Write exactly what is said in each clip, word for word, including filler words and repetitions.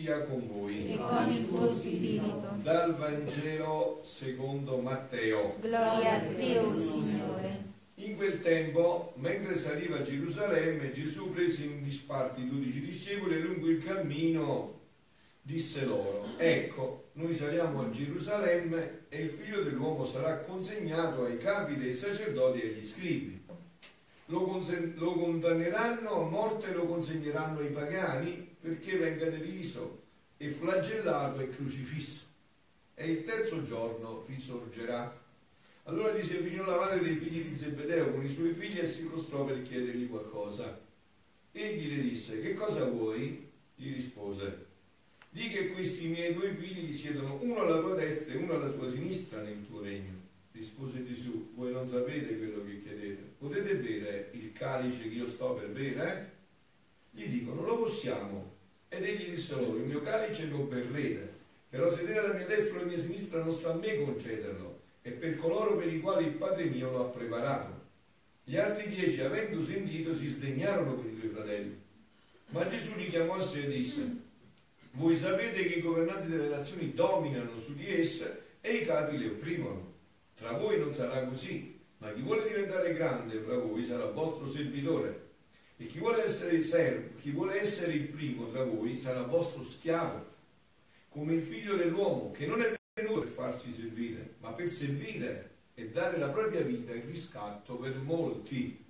sia con voi. E con il tuo spirito. Dal Vangelo secondo Matteo. Gloria a te, o Signore. In quel tempo, mentre saliva a Gerusalemme, Gesù prese in disparte i dodici discepoli e lungo il cammino disse loro: ecco, noi saliamo a Gerusalemme e il figlio dell'uomo sarà consegnato ai capi dei sacerdoti e agli scribi. Lo, consen- lo condanneranno a morte e lo consegneranno ai pagani perché venga deriso e flagellato e crocifisso. E il terzo giorno risorgerà. Allora gli si avvicinò la madre dei figli di Zebedeo con i suoi figli e si prostrò per chiedergli qualcosa. Egli le disse: che cosa vuoi? Gli rispose: di che questi miei due figli siedono uno alla tua destra e uno alla tua sinistra nel tuo regno. Rispose Gesù: voi non sapete quello che chiedete. Potete bere il calice che io sto per bere? Gli dicono: lo possiamo. Ed egli disse loro: il mio calice lo berrete, però sedere alla mia destra o alla mia sinistra non sta a me concederlo, è per coloro per i quali il Padre mio lo ha preparato. Gli altri dieci, avendo sentito, si sdegnarono con i due fratelli. Ma Gesù li chiamò a sé e disse: voi sapete che i governanti delle nazioni dominano su di esse e i capi le opprimono. Tra voi non sarà così, ma chi vuole diventare grande tra voi sarà vostro servitore, e chi vuole essere il servo, chi vuole essere il primo tra voi sarà vostro schiavo, come il figlio dell'uomo, che non è venuto per farsi servire, ma per servire e dare la propria vita in riscatto per molti.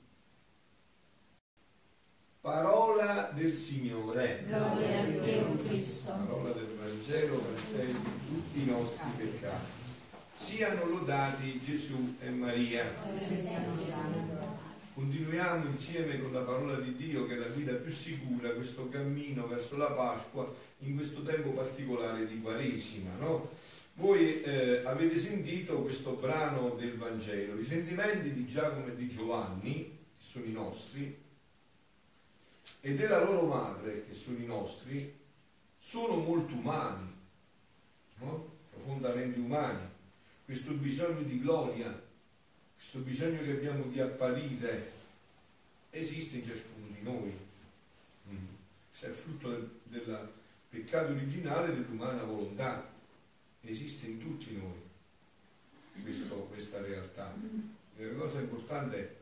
Parola del Signore. Gloria a te, o Cristo. Parola del Vangelo per di tutti i nostri peccati. Siano lodati Gesù e Maria. Continuiamo insieme con la parola di Dio, che è la guida più sicura, questo cammino verso la Pasqua in questo tempo particolare di Quaresima, no? Voi eh, avete sentito questo brano del Vangelo, i sentimenti di Giacomo e di Giovanni, che sono i nostri, e della loro madre, che sono i nostri, sono molto umani, no? Profondamente umani. Questo bisogno di gloria, questo bisogno che abbiamo di apparire, esiste in ciascuno di noi. Mm. Se è frutto del, del peccato originale dell'umana volontà, esiste in tutti noi questo, questa realtà. E la cosa importante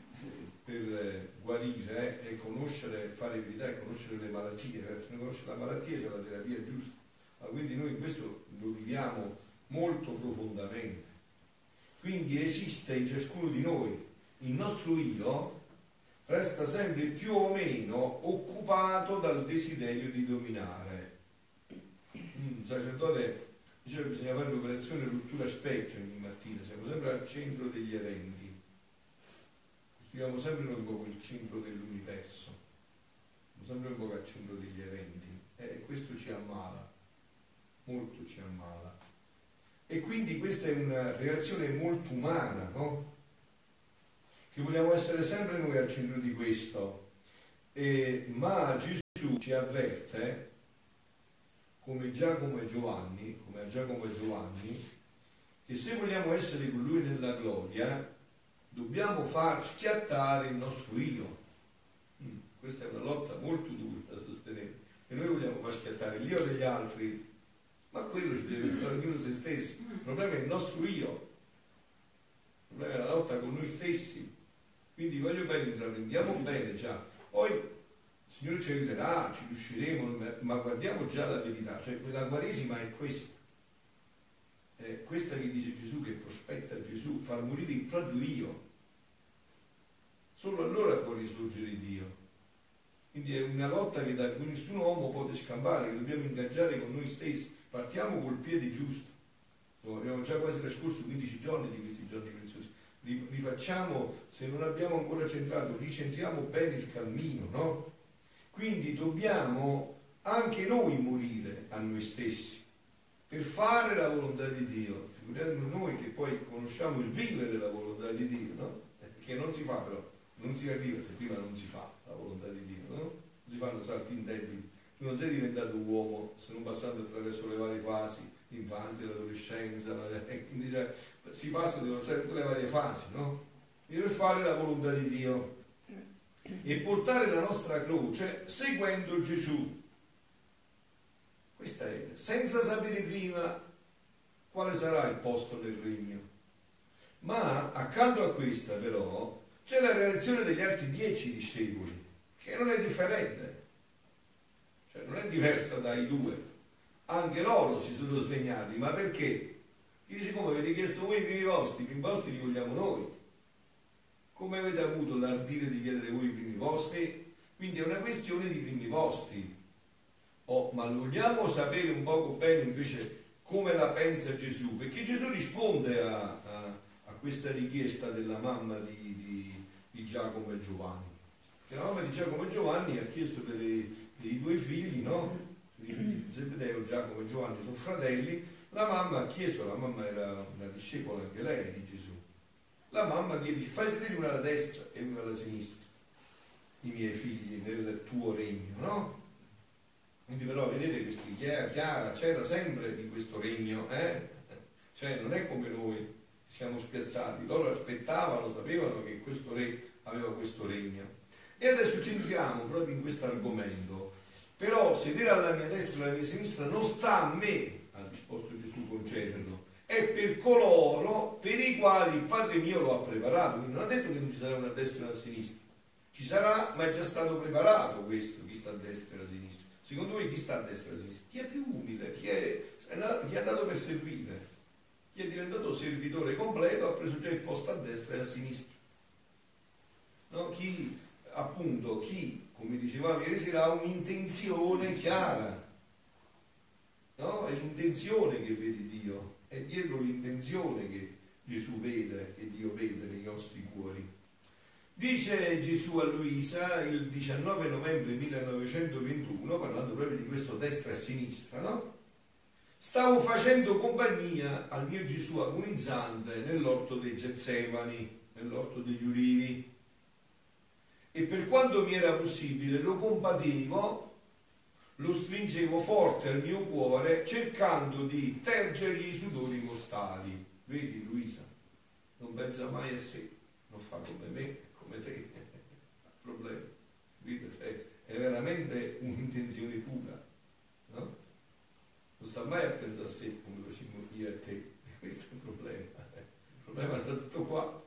per guarire è conoscere, fare verità e conoscere le malattie. Se non conosce la malattia c'è la terapia giusta. Ma quindi noi questo lo viviamo molto profondamente. Quindi esiste in ciascuno di noi, il nostro io resta sempre più o meno occupato dal desiderio di dominare. Un sacerdote diceva che bisogna fare l'operazione rottura specchio ogni mattina, siamo sempre al centro degli eventi, costruiamo sempre noi un po' il centro dell'universo, siamo sempre un po' al centro degli eventi, e questo ci ammala, molto ci ammala. E quindi questa è una reazione molto umana, no? Che vogliamo essere sempre noi al centro di questo. E, ma Gesù ci avverte, come Giacomo e Giovanni, come a Giacomo e Giovanni, che se vogliamo essere con Lui nella gloria, dobbiamo far schiattare il nostro io. Mm, questa è una lotta molto dura da sostenere. E noi vogliamo far schiattare l'io degli altri, ma quello ci deve essere ognuno se stessi. Il problema è il nostro io, il problema è la lotta con noi stessi. Quindi voglio bene, intraprendiamo bene già, poi il Signore ci aiuterà, ci riusciremo, ma guardiamo già la verità, cioè la Quaresima è questa, è questa che dice Gesù, che prospetta Gesù, far morire il proprio io, solo allora può risorgere Dio. Quindi è una lotta che da nessun uomo può scampare, che dobbiamo ingaggiare con noi stessi. Partiamo col piede giusto. Abbiamo già quasi trascorso quindici giorni di questi giorni preziosi. Rifacciamo, se non abbiamo ancora centrato, ricentriamo bene il cammino, no? Quindi dobbiamo anche noi morire a noi stessi per fare la volontà di Dio. Figuriamo noi che poi conosciamo il vivere la volontà di Dio, no? Che non si fa però, non si arriva se prima non si fa la volontà di Dio, no? Non si fanno salti in debiti. Tu non sei diventato uomo se non passando attraverso le varie fasi, l'infanzia, l'adolescenza, quindi cioè, si passa di tutte le varie fasi, no? E per fare la volontà di Dio e portare la nostra croce seguendo Gesù. Questa era, senza sapere prima quale sarà il posto nel regno. Ma accanto a questa però c'è la reazione degli altri dieci discepoli, che non è differente, cioè non è diversa dai due. Anche loro si sono svegliati, ma perché? Chi dice: come avete chiesto voi i primi posti? I primi posti li vogliamo noi. Come avete avuto l'ardire di chiedere voi i primi posti? Quindi è una questione di primi posti. Oh, ma vogliamo sapere un poco bene invece come la pensa Gesù? Perché Gesù risponde a, a, a questa richiesta della mamma di, di, di Giacomo e Giovanni. Che la mamma di Giacomo e Giovanni ha chiesto delle, dei due figli, no? I figli di Zebedeo, Giacomo e Giovanni sono fratelli. La mamma ha chiesto, la mamma era una discepola anche lei di Gesù. La mamma chiede: fai sedere una alla destra e una alla sinistra i miei figli nel tuo regno, no? Quindi però vedete questi Chiara c'era sempre di questo regno, eh? Cioè non è come noi siamo spiazzati, loro aspettavano, sapevano che questo re aveva questo regno. E adesso ci entriamo proprio in questo argomento. Però sedere alla mia destra e alla mia sinistra non sta a me, ha risposto Gesù, concederlo, è per coloro per i quali il Padre mio lo ha preparato. Quindi non ha detto che non ci sarà una a destra e una a sinistra, ci sarà, ma è già stato preparato questo, chi sta a destra e a sinistra. Secondo voi chi sta a destra e a sinistra? Chi è più umile, chi è, chi è andato per servire, chi è diventato servitore completo, ha preso già il posto a destra e a sinistra, no? Chi appunto, chi, come dicevamo ieri sera, ha un'intenzione chiara, no? È l'intenzione che vede Dio, è dietro l'intenzione che Gesù vede, che Dio vede nei nostri cuori. Dice Gesù a Luisa il diciannove novembre millenovecentoventuno, parlando proprio di questo destra e sinistra, no? Stavo facendo compagnia al mio Gesù agonizzante nell'orto dei Getsemani, nell'orto degli ulivi, e per quanto mi era possibile lo compadevo, lo stringevo forte al mio cuore, cercando di tergergli i sudori mortali. Vedi Luisa, non pensa mai a sé, non fa come me, come te, ha problemi. È, è veramente un'intenzione pura, no? Non sta mai a pensare a sé come facciamo io e te, e questo è il problema. Il problema sta tutto qua.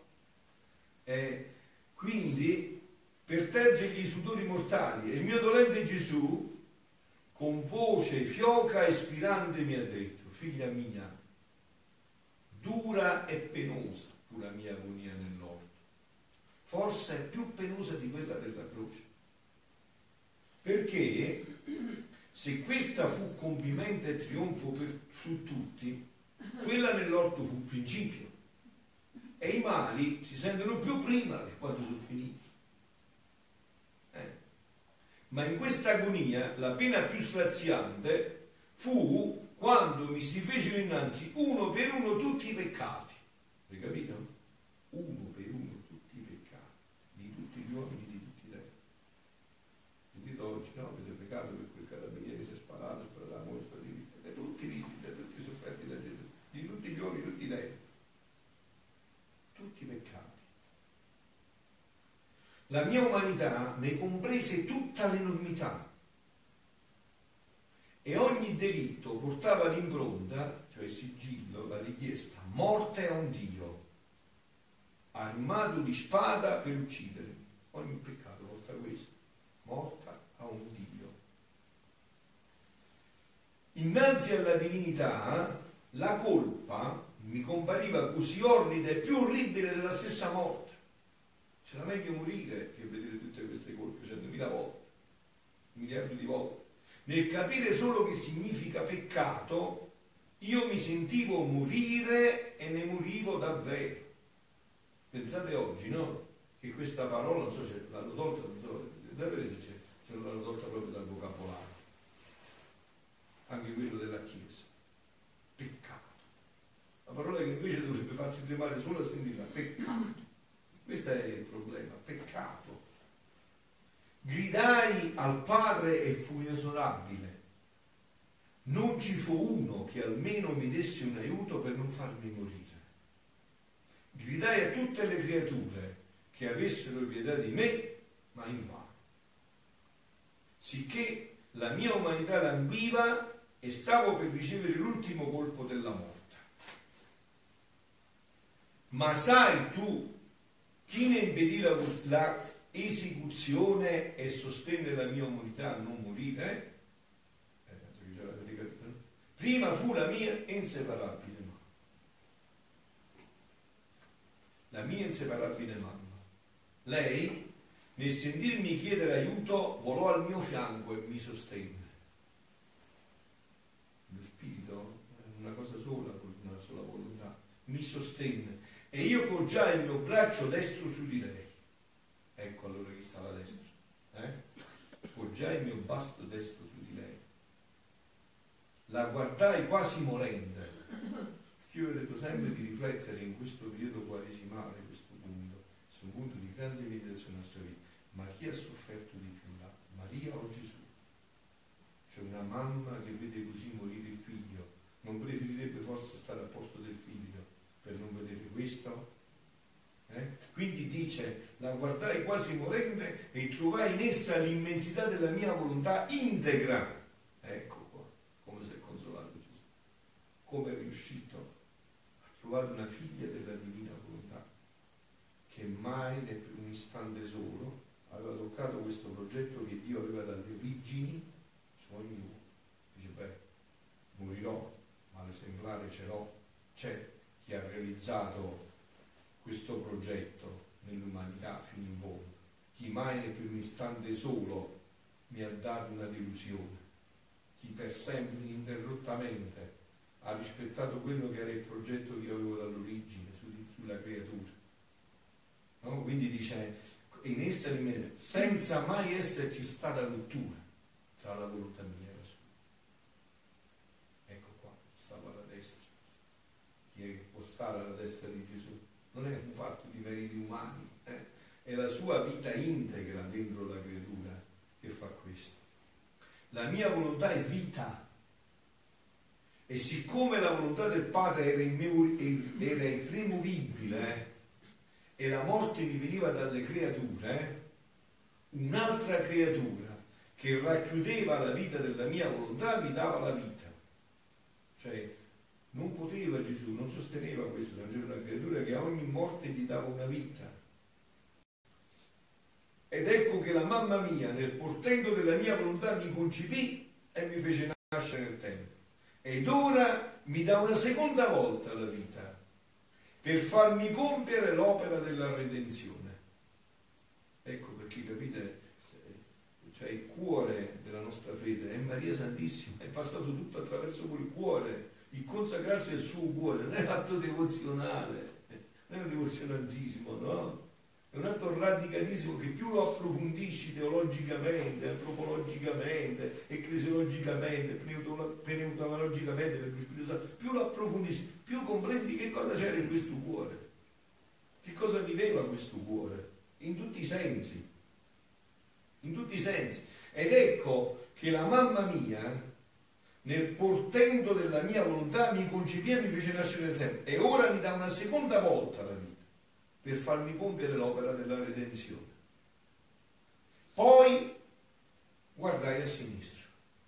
E quindi, per tergergli i sudori mortali, e il mio dolente Gesù, con voce fioca e spirante, mi ha detto: figlia mia, dura e penosa fu la mia agonia nell'orto, forse è più penosa di quella della croce, perché se questa fu compimento e trionfo per, su tutti, quella nell'orto fu principio, e i mali si sentono più prima che quando sono finiti. Eh. Ma in questa agonia la pena più straziante fu quando mi si fecero innanzi uno per uno tutti i peccati. Hai capito? Uno per uno tutti i peccati di tutti gli uomini, di tutti i re. Sentite oggi, no? Avete peccato per quel carabiniere che si è sparato, sparato la moglie, sparato di vita, tutti visti, tutti sofferti da Gesù, di tutti gli uomini, tutti i re. Tutti i peccati. La mia umanità ne comprese tutta l'enormità, e ogni delitto portava l'impronta, cioè il sigillo, la richiesta: morte a un Dio, armato di spada per uccidere. Ogni peccato porta questo: morta a un Dio. Innanzi alla divinità, la colpa mi compariva così orrida e più orribile della stessa morte. C'era meglio morire che vedere tutte queste colpe centomila volte, miliardi di volte. Nel capire solo che significa peccato, io mi sentivo morire e ne morivo davvero. Pensate oggi, no? Che questa parola, non so se l'hanno tolta, non so, davvero se, c'è, se non l'hanno tolta proprio dal vocabolario, anche quello della Chiesa. Peccato. La parola che invece dovrebbe farci tremare solo a sentirla: peccato. Questo è il problema, peccato. Gridai al Padre e fu inesorabile. Non ci fu uno che almeno mi desse un aiuto per non farmi morire. Gridai a tutte le creature che avessero pietà di me, ma invano. Sicché la mia umanità languiva e stavo per ricevere l'ultimo colpo della morte. Ma sai tu chi ne impedì la, la esecuzione e sostenne la mia umanità a non morire? Eh, penso che già l'avete capito, no? Prima fu la mia inseparabile mamma. La mia inseparabile mamma. Lei, nel sentirmi chiedere aiuto, volò al mio fianco e mi sostenne. Lo spirito è una cosa sola, con una sola volontà. Mi sostenne e io poggiai il mio braccio destro su di lei. Ecco allora chi stava a destra. Eh? Poggiai il mio basto destro su di lei. La guardai quasi morente. Io ho detto sempre di riflettere in questo periodo quaresimale, questo punto, su un punto di grande meditazione nella nostra vita. Ma chi ha sofferto di più là? Maria o Gesù? C'è una mamma che vede così morire il figlio, non preferirebbe forse stare al posto del figlio per non vedere questo? Eh? Quindi dice, la guardai quasi morente e trovai in essa l'immensità della mia volontà integra. Ecco qua, come si è consolato Gesù, come è riuscito a trovare una figlia della divina volontà, che mai né per un istante solo aveva toccato questo progetto che Dio aveva dalle origini su ogni uomo. Dice, beh, morirò, ma l'esemplare ce l'ho, c'è chi ha realizzato questo progetto nell'umanità fino in fondo. Chi mai né per un istante solo mi ha dato una delusione, chi per sempre ininterrottamente ha rispettato quello che era il progetto che io avevo dall'origine su, sulla creatura, no? Quindi dice, in essa senza mai esserci stata rottura tra la volontà mia e la sua. Ecco qua, stava alla destra. Chi è che può stare alla destra di Gesù? Non è un fatto di meriti umani, eh? È la sua vita integra dentro la creatura che fa questo. La mia volontà è vita, e siccome la volontà del Padre era, era irremovibile, eh? E la morte mi veniva dalle creature, eh? Un'altra creatura che racchiudeva la vita della mia volontà mi dava la vita. Cioè, non poteva Gesù, non sosteneva questo, c'era una creatura che a ogni morte gli dava una vita. Ed ecco che la mamma mia, nel portento della mia volontà, mi concepì e mi fece nascere nel tempo. Ed ora mi dà una seconda volta la vita, per farmi compiere l'opera della redenzione. Ecco perché, capite, cioè il cuore della nostra fede è Maria Santissima, è passato tutto attraverso quel cuore. Il consacrarsi al suo cuore non è un atto devozionale, non è un devozionalismo, no? È un atto radicalissimo che più lo approfondisci teologicamente, antropologicamente, ecclesiologicamente, pneumatologicamente, per lo Spirito Santo, più lo approfondisci, più comprendi che cosa c'era in questo cuore, che cosa viveva questo cuore, in tutti i sensi, in tutti i sensi. Ed ecco che la mamma mia, nel portento della mia volontà, mi concepì e mi fece nascere nel tempo, e ora mi dà una seconda volta la vita per farmi compiere l'opera della redenzione. Poi guardai a sinistra,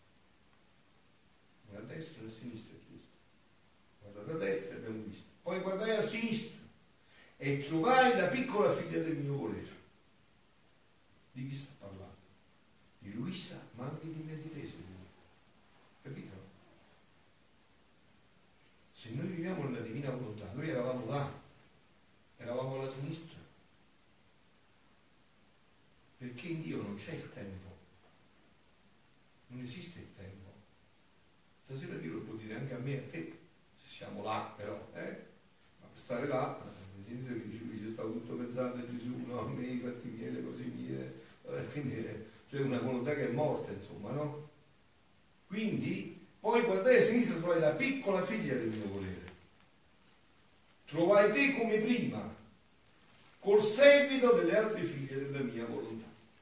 a destra e a sinistra è chiesto. Guardate a destra e abbiamo visto. Poi guardai a sinistra e trovai la piccola figlia del mio volere. Di chi sta parlando? Di Luisa Manni di Meditese. Capito? Se noi viviamo nella divina volontà, noi eravamo là, eravamo alla sinistra, perché in Dio non c'è il tempo, non esiste il tempo. Stasera Dio lo può dire anche a me e a te, se siamo là però, eh? Ma per stare là, vedete che Gesù c'è stato tutto pensato a Gesù, no, a me i fatti miei, le cose mie, eh, quindi c'è cioè una volontà che è morta, insomma, no? Quindi, poi guardai a sinistra e trovai la piccola figlia del mio volere. Trovai te come prima, col seguito delle altre figlie della mia volontà.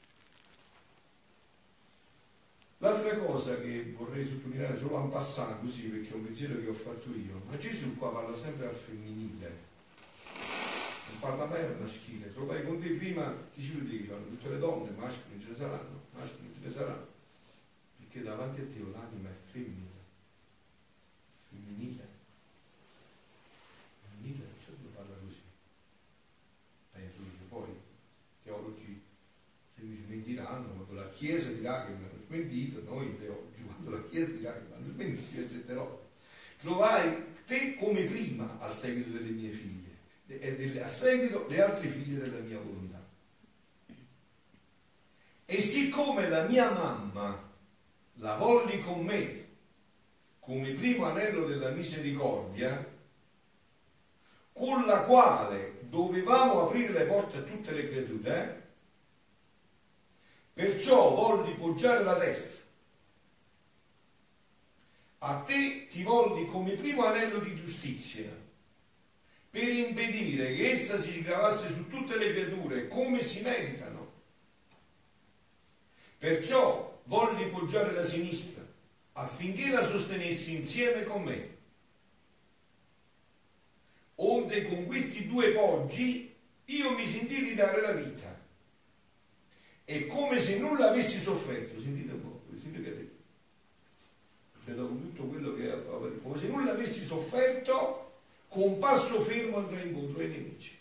L'altra cosa che vorrei sottolineare solo en passant così, perché è un pensiero che ho fatto io, ma Gesù qua parla sempre al femminile, non parla mai al maschile. Trovai con te prima, chi ci vuol dire che fanno tutte le donne, maschili non ce ne saranno, maschili non ce ne saranno, perché davanti a te l'anima è femmina, Chiesa dirà che mi hanno smentito, noi di oggi, quando la Chiesa dirà che mi hanno smentito, io accetterò. Trovai te come prima al seguito delle mie figlie e delle, a seguito le altre figlie della mia volontà. E siccome la mia mamma la volli con me come primo anello della misericordia, con la quale dovevamo aprire le porte a tutte le creature, eh? Perciò volli poggiare la destra. A te ti volli come primo anello di giustizia, per impedire che essa si gravasse su tutte le creature come si meritano. Perciò volli poggiare la sinistra, affinché la sostenessi insieme con me. Onde con questi due poggi io mi sentii di dare la vita, e come se nulla avessi sofferto, sentite un po', sentite che detto, cioè dopo tutto quello che è, come se nulla avessi sofferto, con passo fermo andrai incontro ai nemici.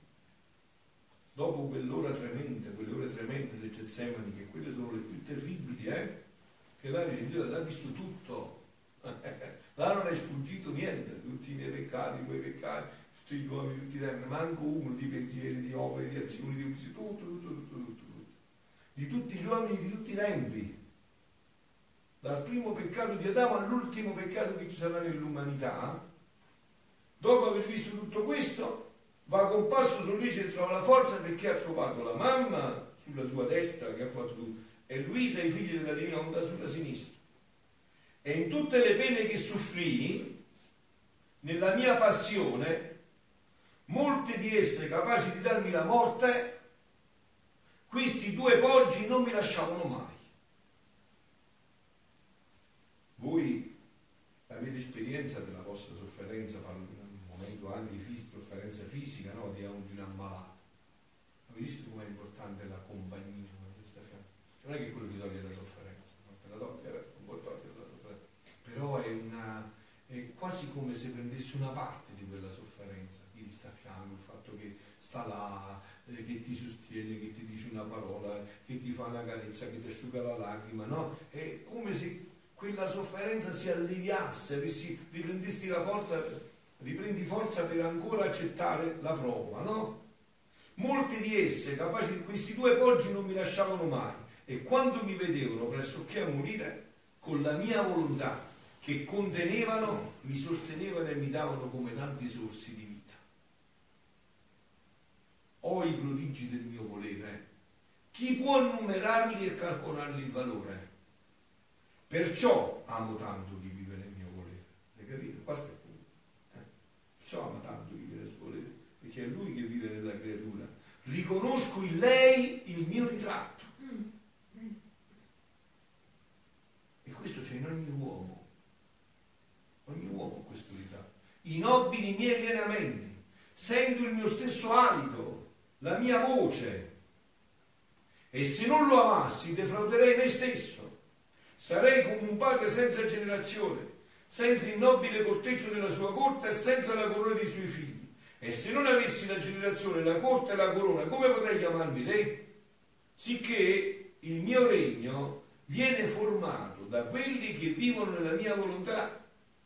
Dopo quell'ora tremenda, quelle ore tremende del Getsemani, che quelle sono le più terribili, eh? Che là l'ha visto tutto, là non è sfuggito niente, tutti i miei peccati, i tuoi peccati, tutti gli uomini, tutti i tempi, manco uno di pensieri, di opere, di azioni, di usi, tutto, tutto, tutto, tutto, tutto, di tutti gli uomini di tutti i tempi, dal primo peccato di Adamo all'ultimo peccato che ci sarà nell'umanità. Dopo aver visto tutto questo, va con passo sollecito e trova la forza, perché ha trovato la mamma sulla sua destra che ha fatto tutto, e Luisa e i figli della Divina Volontà sulla sinistra. E in tutte le pene che soffrii, nella mia passione, molte di esse capaci di darmi la morte, questi due poggi non mi lasciavano mai. Voi avete esperienza della vostra sofferenza, parlo di un momento anche di sofferenza fisica, no? di, un, di un ammalato. Avete visto com'è importante la compagnia? Non è che quello ti toglie la sofferenza, non te la toglie, non può togliere la sofferenza, però è, una, è quasi come se prendessi una parte di quella sofferenza, chi ti sta a fianco, il fatto che sta là, eh, che ti sostiene, che ti dice una parola, che ti fa una carezza, che ti asciuga la lacrima, no? È come se quella sofferenza si alleviasse, avessi, riprendesti la forza, riprendi forza per ancora accettare la prova, no? Molte di esse, capaci di questi due poggi, non mi lasciavano mai. E quando mi vedevano pressoché a morire, con la mia volontà che contenevano, mi sostenevano e mi davano come tanti sorsi di vita. O i prodigi del mio volere, chi può numerarli e calcolarli il valore? Perciò amo tanto chi vive nel mio volere. Hai capito? Questo è il punto. Eh? Perciò amo tanto chi vive nel suo volere, perché è lui che vive nella creatura. Riconosco in lei il mio ritratto. Questo c'è in ogni uomo, ogni uomo ha questo ritratto. I nobili miei lineamenti, sento il mio stesso alito, la mia voce, e se non lo amassi defrauderei me stesso, sarei come un padre senza generazione, senza il nobile corteggio della sua corte e senza la corona dei suoi figli. E se non avessi la generazione, la corte e la corona, come potrei chiamarmi re? Sicché il mio regno viene formato da quelli che vivono nella mia volontà.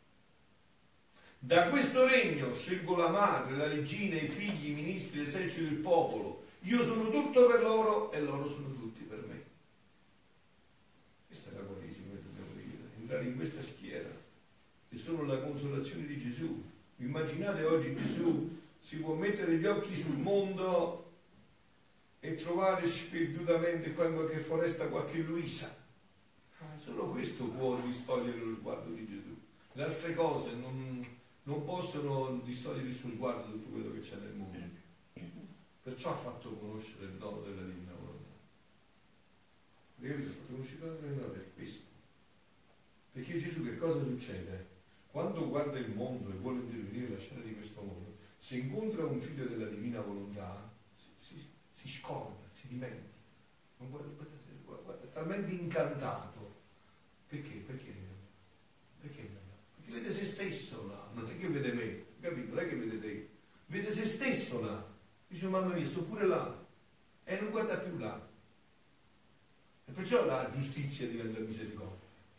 Da questo regno scelgo la madre, la regina, i figli, i ministri, l'esercito del popolo. Io sono tutto per loro e loro sono tutti per me. Questa è la Quaresima che dobbiamo vivere, entrare in questa schiera, che sono la consolazione di Gesù. Immaginate oggi Gesù si può mettere gli occhi sul mondo e trovare sperdutamente qua in qualche foresta qualche Luisa. Solo questo può distogliere lo sguardo di Gesù. Le altre cose non, non possono distogliere il suo sguardo da tutto quello che c'è nel mondo. Perciò ha fatto conoscere il dono della Divina Volontà. Ha fatto conoscere il dono della Divina Volontà per questo. Perché Gesù che cosa succede? Quando guarda il mondo e vuole intervenire nella scena di questo mondo, se incontra un figlio della Divina Volontà, si, si, si scorda, si dimentica. Non guarda, guarda, guarda, è talmente incantato. Perché? Perché? Perché? Perché vede se stesso là, non è che vede me, capito? Non è che vede te, vede se stesso là. Dice, mamma mia, sto pure là, e non guarda più là. E perciò la giustizia diventa misericordia.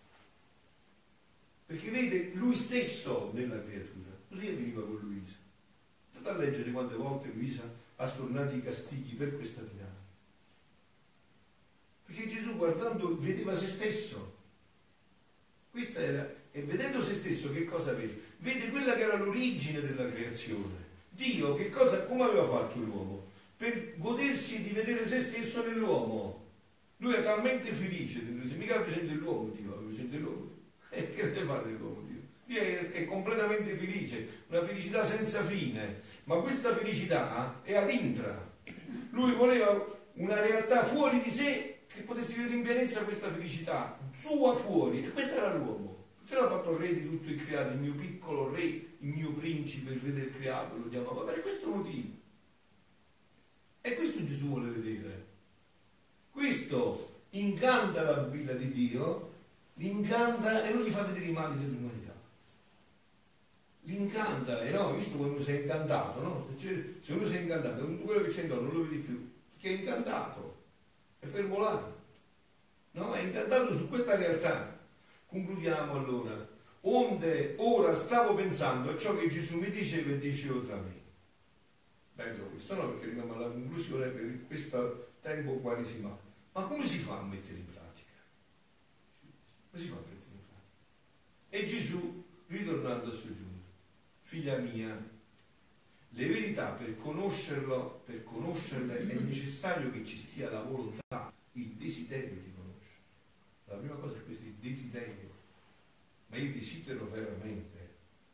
Perché vede lui stesso nella creatura. Così avveniva con Luisa. State a leggere quante volte Luisa ha stornato i castighi per questa dinamica. Perché Gesù, guardando, vedeva se stesso. Questa era, e vedendo se stesso che cosa vede? Vede quella che era l'origine della creazione. Dio che cosa, come aveva fatto l'uomo? Per godersi di vedere se stesso nell'uomo. Lui è talmente felice, se mica aveva bisogno dell'uomo, Dio aveva bisogno dell'uomo. E che deve fare dell'uomo Dio? Dio è, è completamente felice, una felicità senza fine, ma questa felicità è ad intra. Lui voleva una realtà fuori di sé che potesse vedere in pienezza questa felicità, sua fuori, e questo era l'uomo. Ce l'ha fatto il re di tutto il creato, il mio piccolo re, il mio principe, il re del creato, lo chiamava per questo motivo. E questo Gesù vuole vedere. Questo incanta la pupilla di Dio, l'incanta e non gli fa vedere i mali dell'umanità. L'incanta, e no, visto quando sei incantato, no? Se uno sei incantato, tutto quello che c'è intorno non lo vedi più, perché è incantato, è fermo là, no? È incantato su questa realtà. Concludiamo allora. Onde ora stavo pensando a ciò che Gesù mi diceva e dicevo tra me. Bello questo, no? Perché arriviamo alla conclusione per questo tempo quaresimale. Ma come si fa a mettere in pratica? Come si fa a mettere in pratica? E Gesù, ritornando a soggiunto, figlia mia, le verità per conoscerlo, per conoscerle è necessario che ci stia la volontà, il desiderio di conoscere. La prima cosa è questo, il desiderio. Ma io desidero veramente,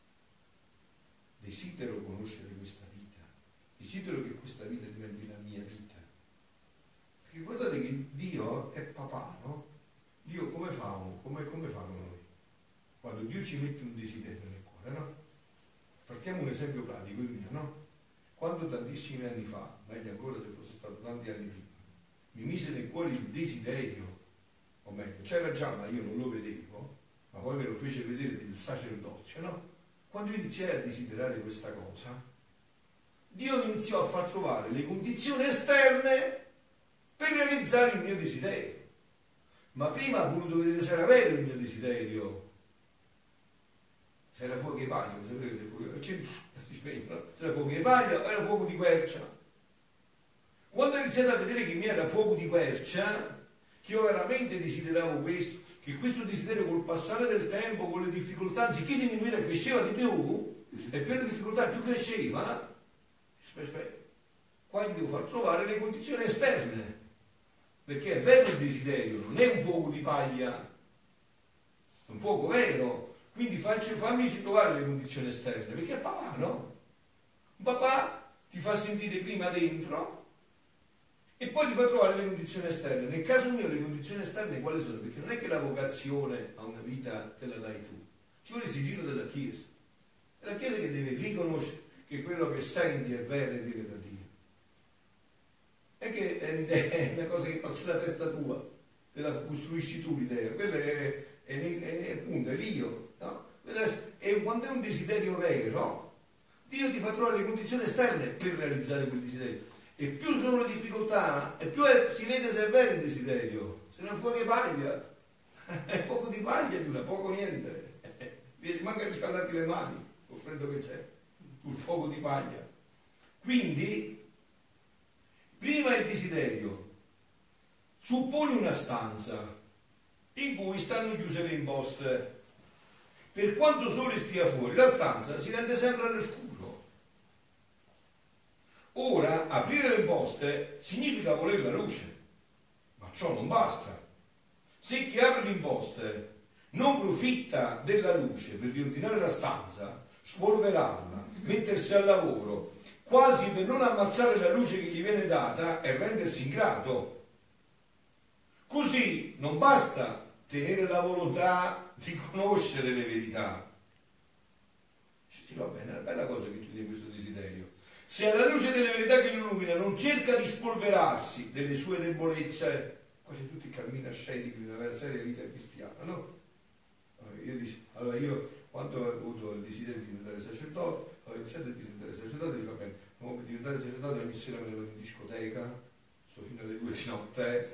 desidero conoscere questa vita, desidero che questa vita diventi la mia vita. Perché guardate che Dio è papà, no? Dio come fa, come, come fa con noi? Quando Dio ci mette un desiderio nel cuore, no? Partiamo un esempio pratico, il mio, no? Quando tantissimi anni fa, meglio ancora se fosse stato tanti anni prima, mi mise nel cuore il desiderio, o meglio, c'era già ma io non lo vedevo, ma poi me lo fece vedere il sacerdozio, no? Quando iniziai a desiderare questa cosa, Dio mi iniziò a far trovare le condizioni esterne per realizzare il mio desiderio. Ma prima ha voluto vedere se era vero il mio desiderio. Se era fuoco di paglia, non sapete che se fuoco di paglia, si spegne, no? Se era fuoco di paglia o era fuoco di quercia. Quando ho iniziato a vedere che mi era fuoco di quercia, che io veramente desideravo questo, che questo desiderio col passare del tempo, con le difficoltà, anziché diminuire, cresceva di più, e più le difficoltà più cresceva, aspetta, aspetta, qua gli devo far trovare le condizioni esterne, perché è vero il desiderio, non è un fuoco di paglia, è un fuoco vero, quindi faccio, fammi trovare le condizioni esterne, perché è papà, no? Un papà ti fa sentire prima dentro, e poi ti fa trovare le condizioni esterne. Nel caso mio le condizioni esterne quali sono? Perché non è che la vocazione a una vita te la dai tu, ci vuole il sigillo della Chiesa. È la Chiesa che deve riconoscere che quello che senti è vero e viene da Dio. È che è un'idea, è una cosa che passa nella testa tua, te la costruisci tu l'idea, quella è, è, è, è appunto, è l'io, no? E quando è un desiderio vero, Dio ti fa trovare le condizioni esterne per realizzare quel desiderio. E più sono le difficoltà, e più è, si vede se è vero il desiderio. Se non è fuoco di paglia, è fuoco di paglia, dura poco niente. Riesci manca a riscaldarti le mani col freddo che c'è, sul fuoco di paglia. Quindi, prima il desiderio, supponi una stanza in cui stanno chiuse le imposte. Per quanto sole stia fuori, la stanza si rende sempre all'oscuro. Ora, aprire le imposte significa volere la luce, ma ciò non basta. Se chi apre le imposte non profitta della luce per riordinare la stanza, spolverarla, mettersi al lavoro, quasi per non ammazzare la luce che gli viene data e rendersi ingrato. Così non basta tenere la volontà di conoscere le verità. Sì, va bene, è una bella cosa che tu dia questo desiderio. Se alla luce delle verità che lo illumina non cerca di spolverarsi delle sue debolezze, qua c'è tutti i cammini ascetici di una seria vita cristiana, no? Io dico, allora io quando ho avuto il desiderio di diventare sacerdote, ho iniziato a diventare sacerdote e dico, bene, per diventare sacerdote ogni sera me ne vado in discoteca, sto fino alle due di notte,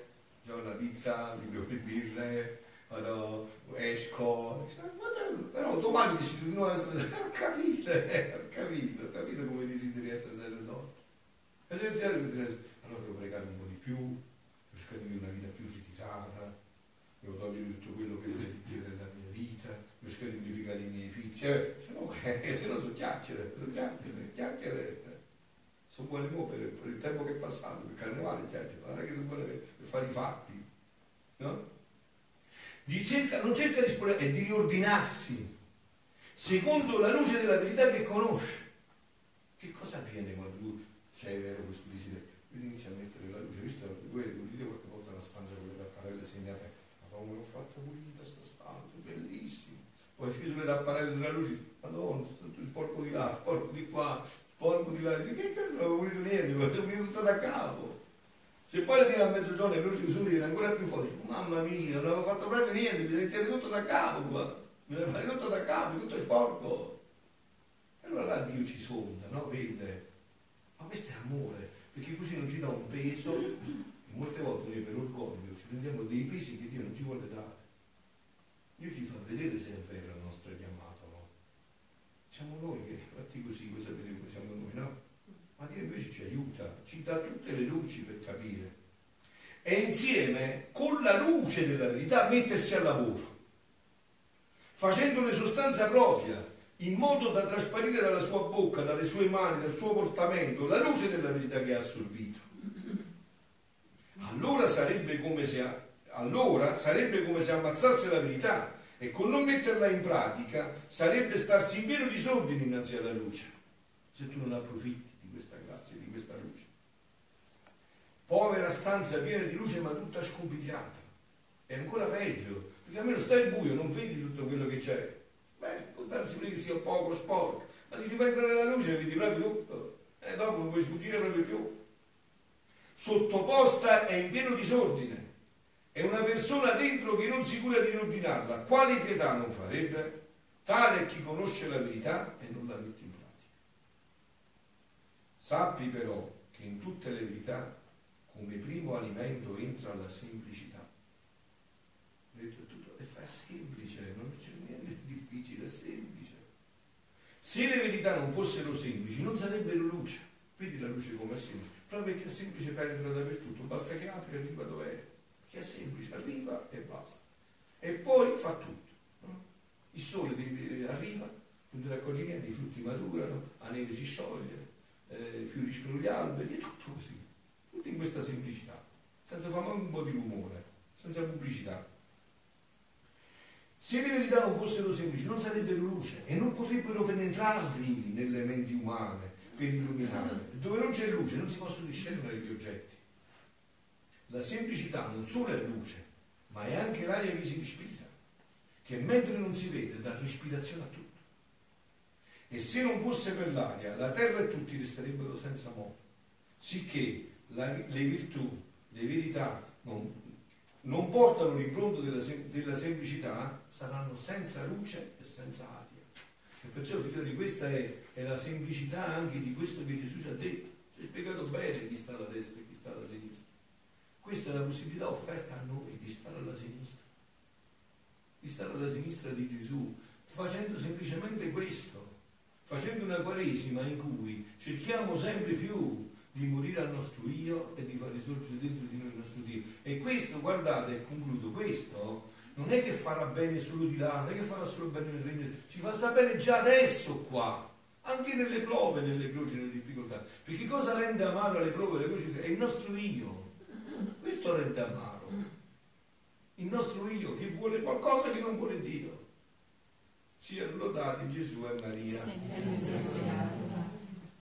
c'ho la pizza, mi bevo le birre, vado, esco, però domani decido di nuovo essere, ho capito, ho capito, ho capito come desideri essere sacerdote. E allora devo pregare un po' di più, devo cercare di vivere una vita più ritirata, devo togliere tutto quello che deve dire nella mia vita, devo cercare di purificare i miei vizi, eh, se no, okay, se no sono chiacchiere, sono chiacchiere, chiacchiere. Sono buone mo per, per il tempo che è passato, per il carnevale, chiacchiere, non è che sono buone per, per fare i fatti, no? Di cerca, non cerca di esplorare, è di riordinarsi secondo la luce della verità che conosce. Che cosa avviene quando tu c'hai vero questo desiderio? Quindi inizi a mettere la luce, visto voi udite qualche volta la stanza con le tapparelle segnate, madonna l'ho fatta pulita sta stanza, bellissima. Poi chiuso le tapparelle della luce, madonna, tu sporco di là, sporco di qua, sporco di là, dici, che cazzo non avevo pulito niente, ma ho pulito tutto da capo. Se poi le tira a mezzogiorno e luce di sole viene ancora più forte, dico, mamma mia, non avevo fatto proprio niente, bisogna iniziare tutto da capo qua, bisogna fare tutto da capo, tutto è sporco. E allora là Dio ci sonda, no? Vede, ma questo è amore, perché così non ci dà un peso, e molte volte noi per orgoglio ci prendiamo dei pesi che Dio non ci vuole dare. Dio ci fa vedere se è vero il nostro chiamato, no? Siamo noi che, fatti così, voi sapete come siamo noi, no? Ma Dio invece ci aiuta, ci dà tutte le luci per capire. E insieme, con la luce della verità, mettersi al lavoro, facendone sostanza propria, in modo da trasparire dalla sua bocca, dalle sue mani, dal suo portamento, la luce della verità che ha assorbito. Allora sarebbe come se, allora sarebbe come se ammazzasse la verità e con non metterla in pratica sarebbe starsi in pieno disordine innanzi alla luce, se tu non approfitti di questa grazia, di questa luce. Povera stanza piena di luce ma tutta scompigliata. È ancora peggio, perché almeno stai al buio, non vedi tutto quello che c'è. Beh, può darsi che sia poco sporco, ma se ti fai entrare la luce vedi proprio tutto, e dopo non puoi sfuggire proprio più. Sottoposta è in pieno disordine, è una persona dentro che non si cura di riordinarla. Quali pietà non farebbe? Tale è chi conosce la verità e non la mette in pratica. Sappi però che in tutte le verità come primo alimento entra la semplicità. Ho detto tutto, è semplice, non c'è niente di difficile, è semplice. Se le verità non fossero semplici non sarebbero luce. Vedi la luce come è semplice, proprio perché è semplice, penetra dappertutto, basta che apri e arriva dov'è, che è semplice, arriva e basta. E poi fa tutto, no? Il sole arriva, tu ti accorgi niente, i frutti maturano, la neve si scioglie, eh, fioriscono gli alberi, è tutto così, tutto in questa semplicità, senza fare un po' di rumore, senza pubblicità. Se le verità non fossero semplici non sarebbero luce e non potrebbero penetrarvi nelle menti umane per illuminare. Dove non c'è luce non si possono discernere gli oggetti. La semplicità non solo è luce, ma è anche l'aria che si respira, che mentre non si vede dà respirazione a tutto. E se non fosse per l'aria, la terra e tutti resterebbero senza moto, sicché la, le virtù, le verità non non portano l'impronto della, sem- della semplicità, saranno senza luce e senza aria. E perciò, figlioli, questa è, è la semplicità anche di questo che Gesù ci ha detto. Ci ha spiegato bene chi sta alla destra e chi sta alla sinistra. Questa è la possibilità offerta a noi di stare alla sinistra, di stare alla sinistra di Gesù, facendo semplicemente questo, facendo una quaresima in cui cerchiamo sempre più di morire al nostro io e di far risorgere dentro di noi il nostro Dio. E questo, guardate, e concludo, questo non è che farà bene solo di là, non è che farà solo bene nel regno, ci fa sta bene già adesso qua, anche nelle prove, nelle croci, nelle difficoltà. Perché cosa rende amaro le prove, le croci? È il nostro io. Questo rende amaro. Il nostro io, che vuole qualcosa che non vuole Dio. Siano lodati Gesù e Maria. Sempre